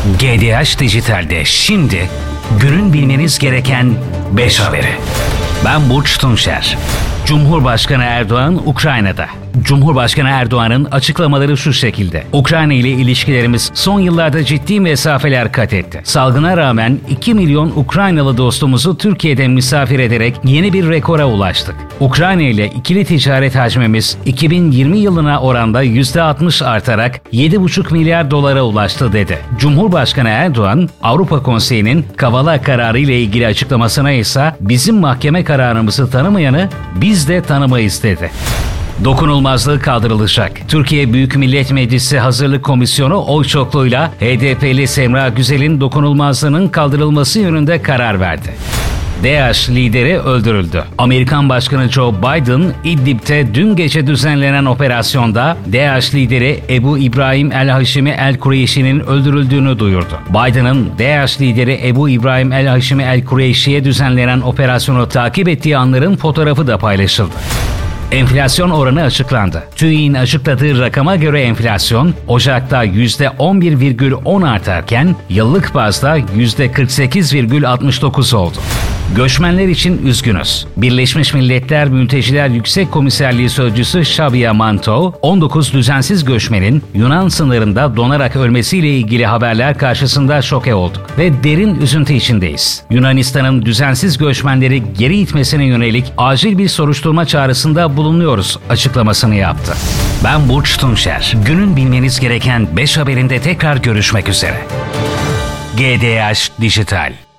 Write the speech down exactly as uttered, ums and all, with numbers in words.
G D H Dijital'de şimdi günün bilmeniz gereken beş haberi. Ben Burç Tunçer. Cumhurbaşkanı Erdoğan Ukrayna'da. Cumhurbaşkanı Erdoğan'ın açıklamaları şu şekilde. Ukrayna ile ilişkilerimiz son yıllarda ciddi mesafeler kat etti. Salgına rağmen iki milyon Ukraynalı dostumuzu Türkiye'de misafir ederek yeni bir rekora ulaştık. Ukrayna ile ikili ticaret hacmimiz iki bin yirmi yılına oranda yüzde altmış artarak yedi buçuk milyar dolara ulaştı dedi. Cumhurbaşkanı Erdoğan, Avrupa Konseyi'nin Kavala kararı ile ilgili açıklamasına ise bizim mahkeme kararımızı tanımayanı biz de tanımayız dedi. Dokunulmazlığı kaldırılacak. Türkiye Büyük Millet Meclisi Hazırlık Komisyonu oy çokluğuyla H D P'li Semra Güzel'in dokunulmazlığının kaldırılması yönünde karar verdi. DAEŞ lideri öldürüldü. Amerikan Başkanı Joe Biden, İdlib'te dün gece düzenlenen operasyonda DAEŞ lideri Ebu İbrahim el-Haşimi el-Kureyşi'nin öldürüldüğünü duyurdu. Biden'ın DAEŞ lideri Ebu İbrahim el-Haşimi el-Kureyşi'ye düzenlenen operasyonu takip ettiği anların fotoğrafı da paylaşıldı. Enflasyon oranı açıklandı. TÜİK'in açıkladığı rakama göre enflasyon Ocak'ta yüzde on bir virgül on artarken yıllık bazda yüzde kırk sekiz virgül altmış dokuz oldu. Göçmenler için üzgünüz. Birleşmiş Milletler Mülteciler Yüksek Komiserliği Sözcüsü Xavier Manto, on dokuz düzensiz göçmenin Yunan sınırında donarak ölmesiyle ilgili haberler karşısında şoke olduk ve derin üzüntü içindeyiz. Yunanistan'ın düzensiz göçmenleri geri itmesine yönelik acil bir soruşturma çağrısında bulunuyoruz açıklamasını yaptı. Ben Burç Tunçer. Günün bilmeniz gereken beş haberinde tekrar görüşmek üzere. G D H Dijital.